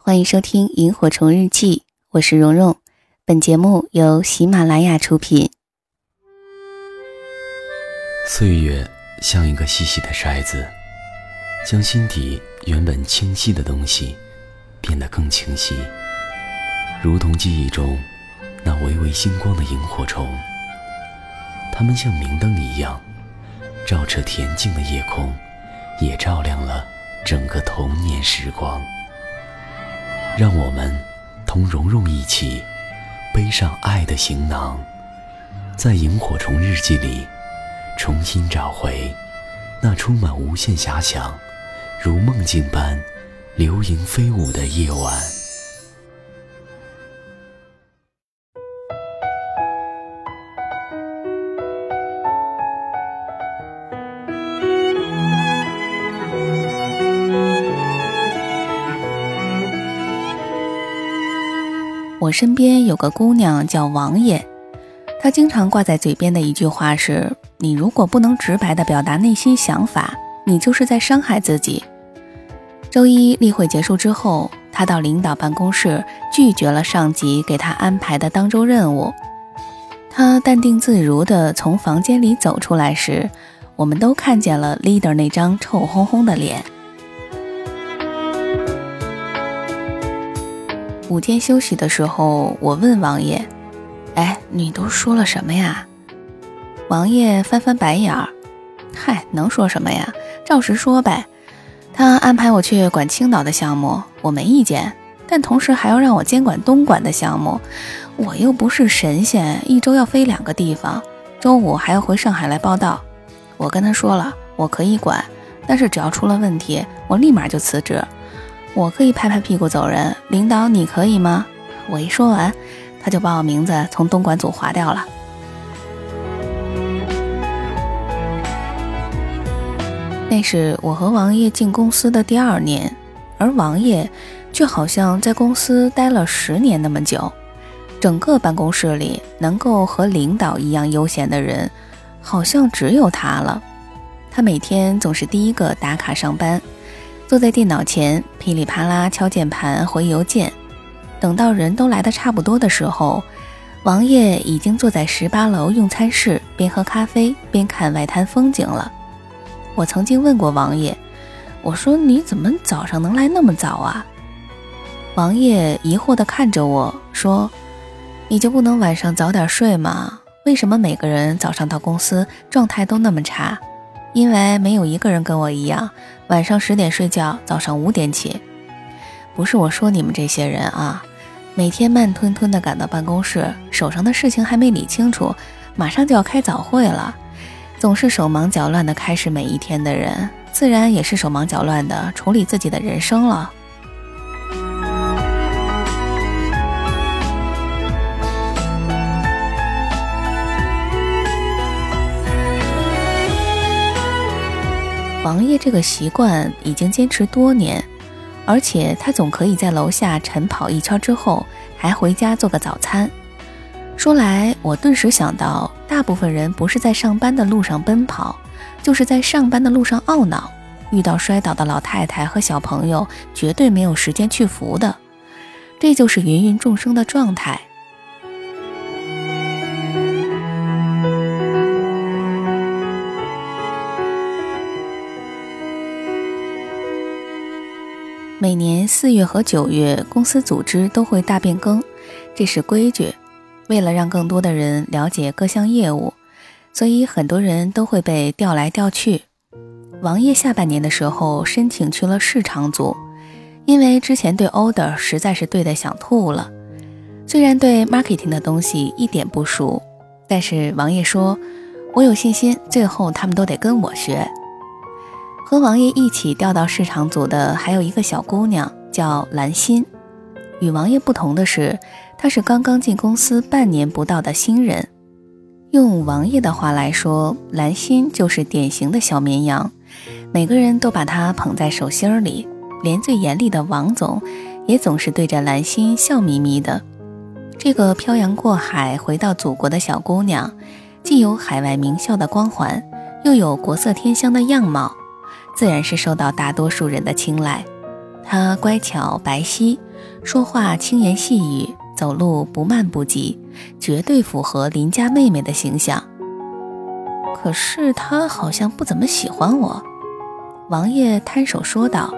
欢迎收听《萤火虫日记》，我是蓉蓉。本节目由喜马拉雅出品。 岁月像一个细细的筛子，将心底原本清晰的东西变得更清晰，如同记忆中那微微星光的萤火虫，它们像明灯一样，照彻恬静的夜空，也照亮了整个童年时光。让我们同蓉蓉一起背上爱的行囊，在萤火虫日记里重新找回那充满无限遐想，如梦境般流萤飞舞的夜晚。 我身边有个姑娘叫王爷，她经常挂在嘴边的一句话是：你如果不能直白地表达内心想法，你就是在伤害自己。周一例会结束之后，她到领导办公室拒绝了上级给她安排的当周任务。她淡定自如地从房间里走出来时，我们都看见了 leader 那张臭烘烘的脸。午间休息的时候，我问王爷：你都说了什么呀？王爷翻翻白眼儿：能说什么呀？照实说呗。他安排我去管青岛的项目，我没意见，但同时还要让我监管东莞的项目，我又不是神仙，一周要飞2个地方，周5还要回上海来报道。我跟他说了，我可以管，但是只要出了问题，我立马就辞职。我可以拍拍屁股走人，领导你可以吗？我一说完，他就把我名字从东莞组划掉了。那是我和王爷进公司的第2年，而王爷却好像在公司待了10年那么久。整个办公室里能够和领导一样悠闲的人，好像只有他了。他每天总是第一个打卡上班，坐在电脑前噼里啪啦敲键盘回邮件，等到人都来得差不多的时候，王爷已经坐在18楼用餐室，边喝咖啡边看外滩风景了。我曾经问过王爷，我说你怎么早上能来那么早啊？王爷疑惑地看着我说，你就不能晚上早点睡吗？为什么每个人早上到公司状态都那么差？因为没有一个人跟我一样，晚上10点睡觉，早上5点起。不是我说你们这些人啊，每天慢吞吞地赶到办公室，手上的事情还没理清楚，马上就要开早会了。总是手忙脚乱地开始每一天的人，自然也是手忙脚乱地处理自己的人生了。王爷这个习惯已经坚持多年，而且他总可以在楼下晨跑1圈之后，还回家做个早餐。说来，我顿时想到，大部分人不是在上班的路上奔跑，就是在上班的路上懊恼，遇到摔倒的老太太和小朋友，绝对没有时间去扶的。这就是芸芸众生的状态。每年4月和9月，公司组织都会大变更，这是规矩。为了让更多的人了解各项业务，所以很多人都会被调来调去。王爷下半年的时候申请去了市场组，因为之前对 order 实在是对得想吐了。虽然对 marketing 的东西一点不熟，但是王爷说，我有信心，最后他们都得跟我学。和王爷一起调到市场组的还有一个小姑娘，叫兰心。与王爷不同的是，她是刚刚进公司半年不到的新人。用王爷的话来说，兰心就是典型的小绵羊，每个人都把她捧在手心里，连最严厉的王总也总是对着兰心笑眯眯的。这个漂洋过海回到祖国的小姑娘，既有海外名校的光环，又有国色天香的样貌，自然是受到大多数人的青睐。她乖巧白皙， 说话轻言细语，走路不慢不急，绝对符合邻家妹妹的形象。可是她好像不怎么喜欢我，王爷摊手说道。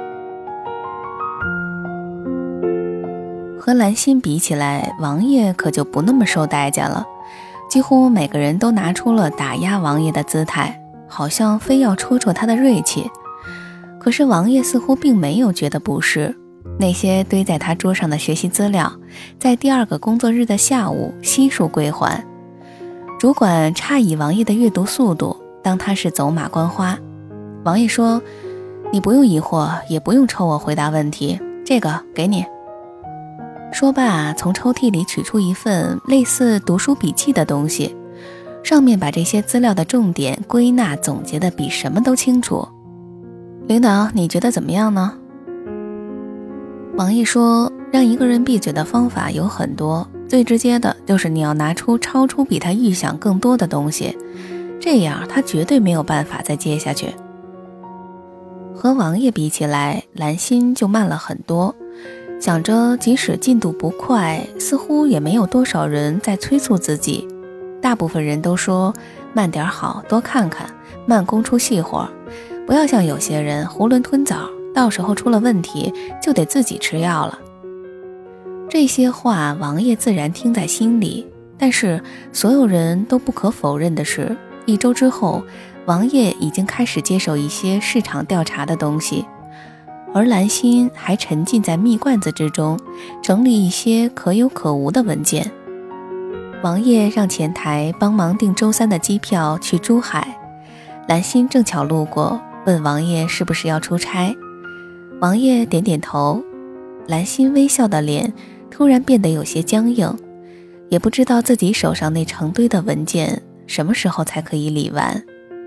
和兰心比起来，王爷可就不那么受待见了，几乎每个人都拿出了打压王爷的姿态，好像非要戳戳他的锐气。可是王爷似乎并没有觉得不适，那些堆在他桌上的学习资料，在第2个工作日的下午悉数归还。主管诧异王爷的阅读速度，当他是走马观花。王爷说：“你不用疑惑，也不用抽我回答问题，这个给你。”说罢，从抽屉里取出一份类似读书笔记的东西，上面把这些资料的重点归纳总结的比什么都清楚。领导，你觉得怎么样呢？王爷说，让一个人闭嘴的方法有很多，最直接的就是你要拿出超出比他预想更多的东西，这样他绝对没有办法再接下去。和王爷比起来，兰心就慢了很多，想着即使进度不快，似乎也没有多少人在催促自己。大部分人都说慢点好，多看看，慢工出细活，不要像有些人囫囵吞枣，到时候出了问题就得自己吃药了。这些话王爷自然听在心里，但是所有人都不可否认的是，1周之后，王爷已经开始接手一些市场调查的东西，而兰心还沉浸在蜜罐子之中，整理一些可有可无的文件。王爷让前台帮忙订周3的机票去珠海，兰心正巧路过，问王爷是不是要出差。王爷点点头，兰心微笑的脸突然变得有些僵硬，也不知道自己手上那成堆的文件什么时候才可以理完。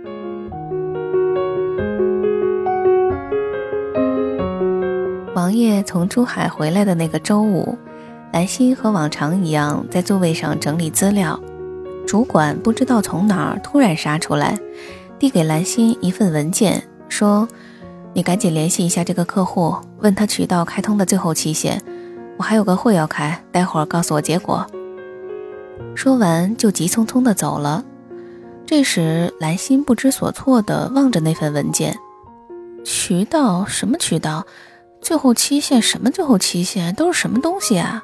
王爷从珠海回来的那个周五，兰心和往常一样在座位上整理资料，主管不知道从哪儿突然杀出来，递给兰心一份文件，说：“你赶紧联系一下这个客户，问他渠道开通的最后期限，我还有个会要开，待会儿告诉我结果。”说完就急匆匆地走了。这时兰心不知所措地望着那份文件，渠道？什么渠道？最后期限？什么最后期限？都是什么东西啊？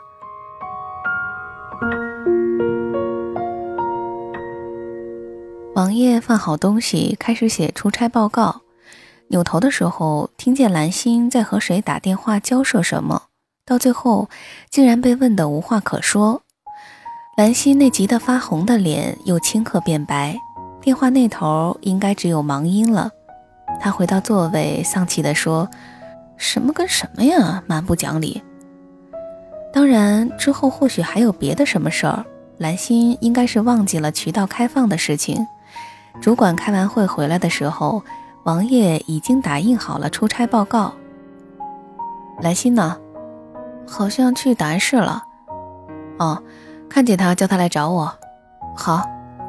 王爷放好东西，开始写出差报告。扭头的时候，听见兰心在和谁打电话交涉什么，到最后竟然被问得无话可说。兰心那急得发红的脸又顷刻变白，电话那头应该只有忙音了。他回到座位，丧气地说：“什么跟什么呀，蛮不讲理。”当然之后或许还有别的什么事儿，兰心应该是忘记了渠道开放的事情。主管开完会回来的时候，王爷已经打印好了出差报告。兰心呢？好像去档案室了。哦，看见他叫他来找我。好。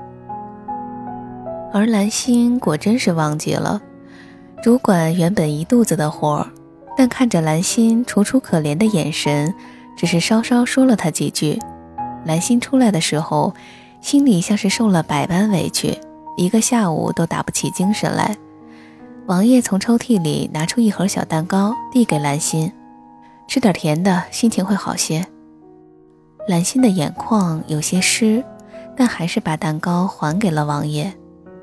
而兰心果真是忘记了，主管原本一肚子的火，但看着兰心楚楚可怜的眼神，只是稍稍说了他几句。兰心出来的时候，心里像是受了百般委屈，一个下午都打不起精神来。王爷从抽屉里拿出一盒小蛋糕，递给兰心：“吃点甜的，心情会好些。”兰心的眼眶有些湿，但还是把蛋糕还给了王爷。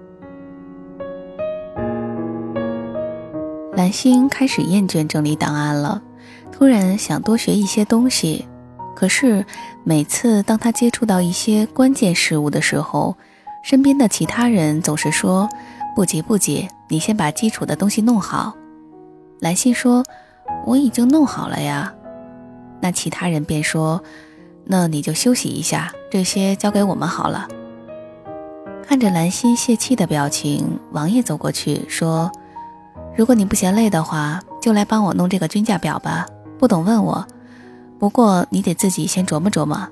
兰心开始厌倦整理档案了，突然想多学一些东西。可是每次当他接触到一些关键事物的时候，身边的其他人总是说：“不急不急，你先把基础的东西弄好。”兰心说：“我已经弄好了呀。”那其他人便说：“那你就休息一下，这些交给我们好了。”看着兰心泄气的表情，王爷走过去说：“如果你不嫌累的话，就来帮我弄这个均价表吧，不懂问我，不过你得自己先琢磨琢磨。”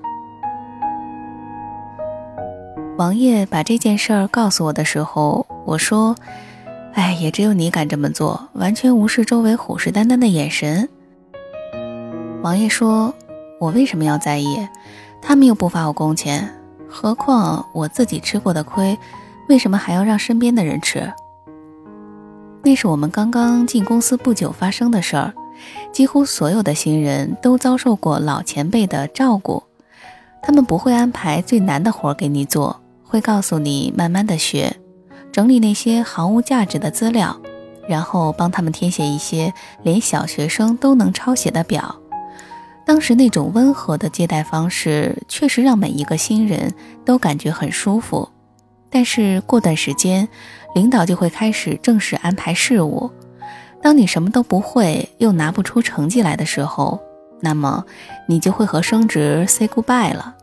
王爷把这件事儿告诉我的时候，我说：“哎，也只有你敢这么做，完全无视周围虎视眈眈的眼神。” 王爷说，我为什么要在意？他们又不发我工钱，何况我自己吃过的亏，为什么还要让身边的人吃？那是我们刚刚进公司不久发生的事儿，几乎所有的新人都遭受过老前辈的照顾，他们不会安排最难的活给你做，会告诉你慢慢的学，整理那些毫无价值的资料，然后帮他们填写一些连小学生都能抄写的表。当时那种温和的接待方式确实让每一个新人都感觉很舒服，但是过段时间领导就会开始正式安排事务，当你什么都不会又拿不出成绩来的时候，那么你就会和升职 say goodbye 了。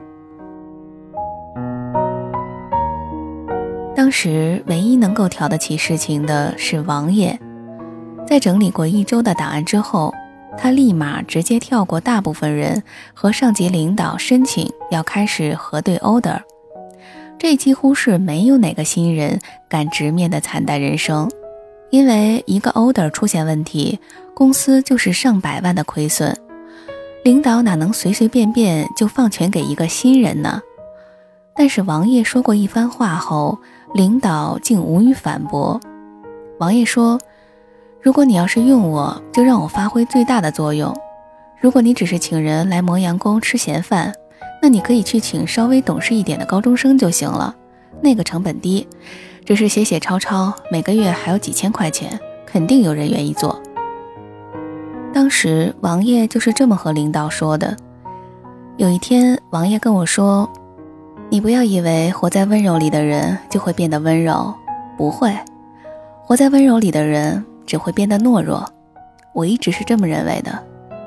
当时唯一能够挑得起事情的是王爷，在整理过1周的档案之后，他立马直接跳过大部分人，和上级领导申请要开始核对 order。 这几乎是没有哪个新人敢直面的惨淡人生，因为一个 order 出现问题，公司就是上百万的亏损，领导哪能随随便便就放权给一个新人呢？但是王爷说过一番话后，领导竟无语反驳。王爷说，如果你要是用我，就让我发挥最大的作用，如果你只是请人来磨洋工吃闲饭，那你可以去请稍微懂事一点的高中生就行了，那个成本低，只是写写抄抄，每个月还有几千块钱，肯定有人愿意做。当时王爷就是这么和领导说的。有一天王爷跟我说，你不要以为活在温柔里的人就会变得温柔，不会，活在温柔里的人只会变得懦弱，我一直是这么认为的。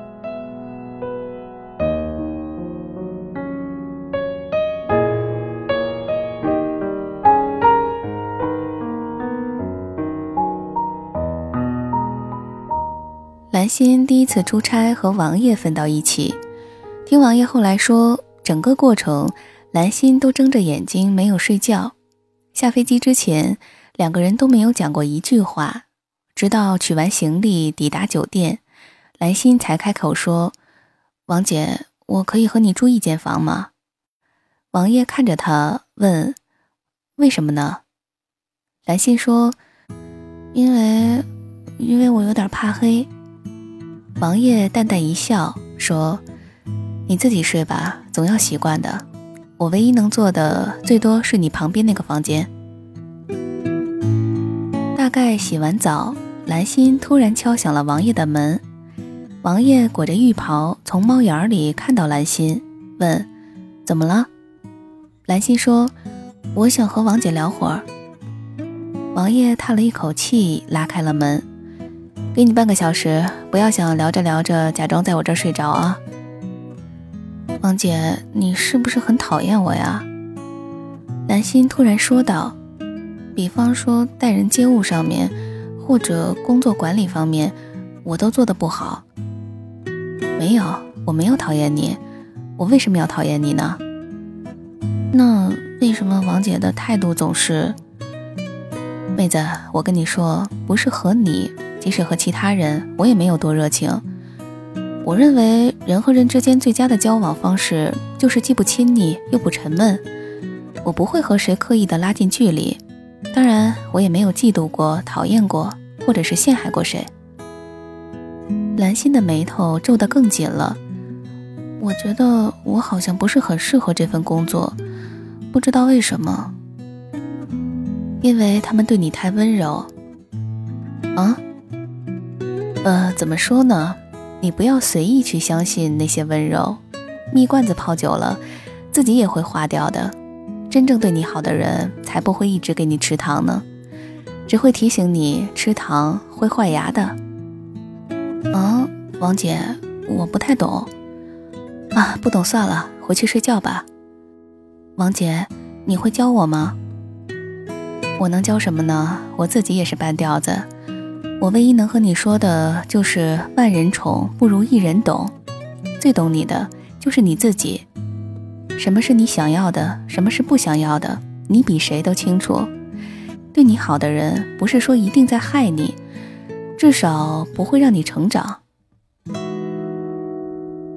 兰心第一次出差和王爷分到一起，听王爷后来说，整个过程兰心都睁着眼睛没有睡觉，下飞机之前2个人都没有讲过一句话，直到取完行李抵达酒店，兰心才开口说，王姐，我可以和你住1间房吗？王爷看着他问，为什么呢？兰心说，因为我有点怕黑。王爷淡淡一笑说，你自己睡吧，总要习惯的，我唯一能做的最多是你旁边那个房间。大概洗完澡，兰心突然敲响了王爷的门。王爷裹着浴袍从猫眼里看到兰心，问，怎么了？兰心说，我想和王姐聊会儿。王爷叹了一口气，拉开了门，给你半个小时，不要想聊着聊着假装在我这儿睡着啊。王姐，你是不是很讨厌我呀？兰心突然说道，比方说待人接物上面，或者工作管理方面，我都做得不好。没有，我没有讨厌你，我为什么要讨厌你呢？那为什么王姐的态度总是……妹子，我跟你说，不是和你，即使和其他人，我也没有多热情。我认为人和人之间最佳的交往方式就是既不亲昵又不沉闷。我不会和谁刻意的拉近距离，当然我也没有嫉妒过、讨厌过，或者是陷害过谁。兰心的眉头皱得更紧了。我觉得我好像不是很适合这份工作，不知道为什么。因为他们对你太温柔。啊？怎么说呢？你不要随意去相信那些温柔，蜜罐子泡久了，自己也会化掉的。真正对你好的人才不会一直给你吃糖呢，只会提醒你吃糖会坏牙的。啊，王姐，我不太懂。啊，不懂算了，回去睡觉吧。王姐，你会教我吗？我能教什么呢？我自己也是半吊子。我唯一能和你说的就是万人宠不如一人懂，最懂你的就是你自己。什么是你想要的，什么是不想要的，你比谁都清楚。对你好的人，不是说一定在害你，至少不会让你成长。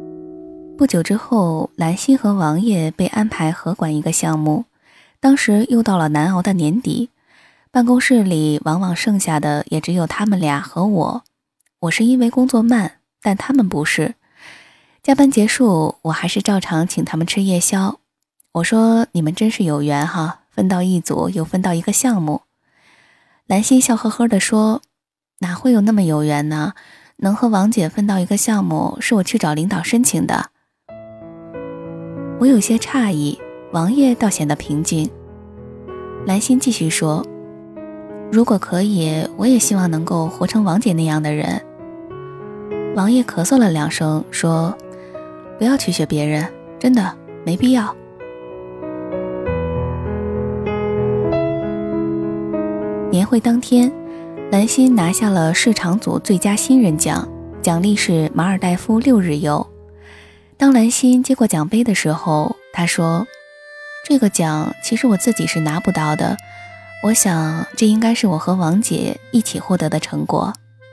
不久之后，兰心和王爷被安排合管一个项目，当时又到了难熬的年底，办公室里往往剩下的也只有他们俩和我。我是因为工作慢，但他们不是。加班结束，我还是照常请他们吃夜宵。我说你们真是有缘哈，分到一组又分到一个项目。兰心笑呵呵地说，哪会有那么有缘呢？能和王姐分到一个项目，是我去找领导申请的。我有些诧异，王爷倒显得平静。兰心继续说，如果可以，我也希望能够活成王姐那样的人。王爷咳嗽了2声，说，不要去学别人，真的没必要。年会当天，兰心拿下了市场组最佳新人奖，奖励是马尔代夫6日游。当兰心接过奖杯的时候，她说，这个奖其实我自己是拿不到的，我想这应该是我和王姐一起获得的成果。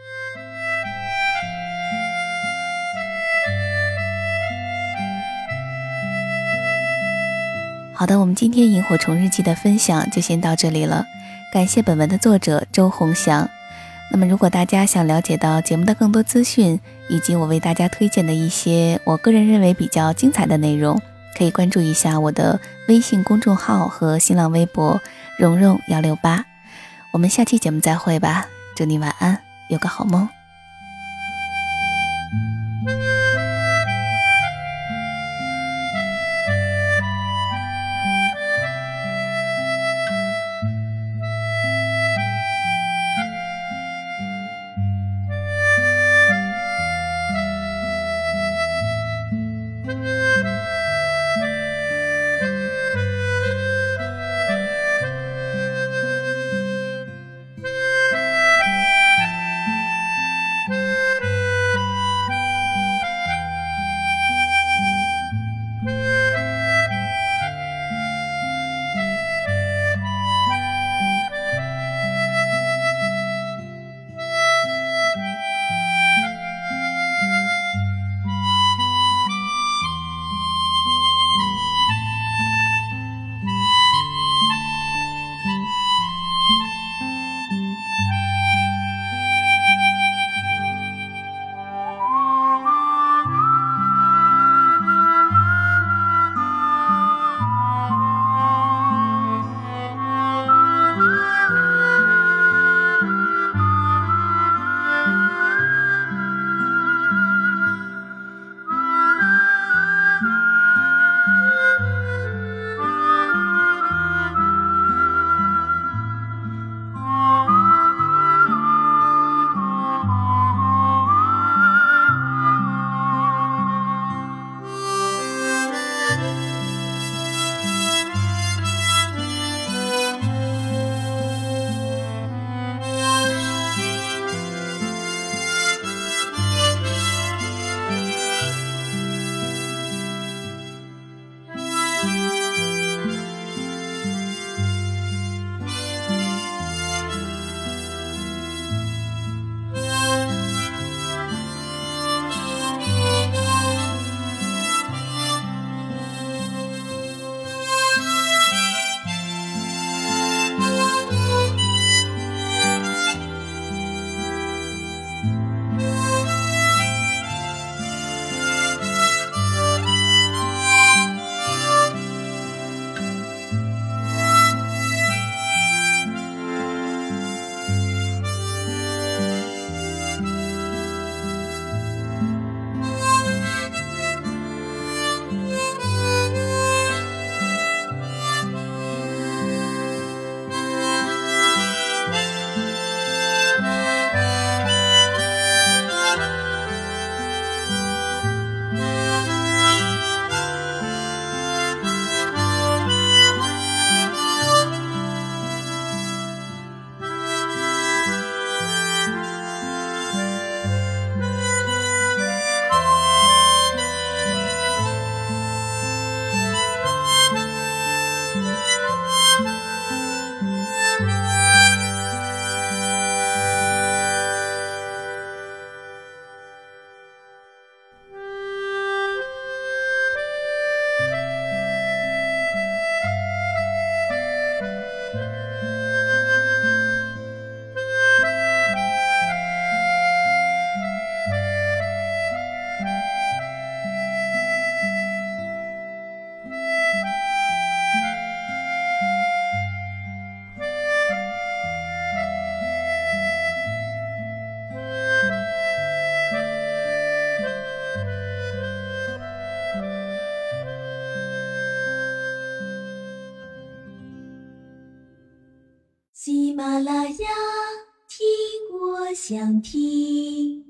好的，我们今天萤火虫日记的分享就先到这里了，感谢本文的作者周鸿祥。那么如果大家想了解到节目的更多资讯，以及我为大家推荐的一些我个人认为比较精彩的内容，可以关注一下我的微信公众号和新浪微博蓉蓉168。我们下期节目再会吧，祝你晚安，有个好梦。 喜马拉雅，听我想听。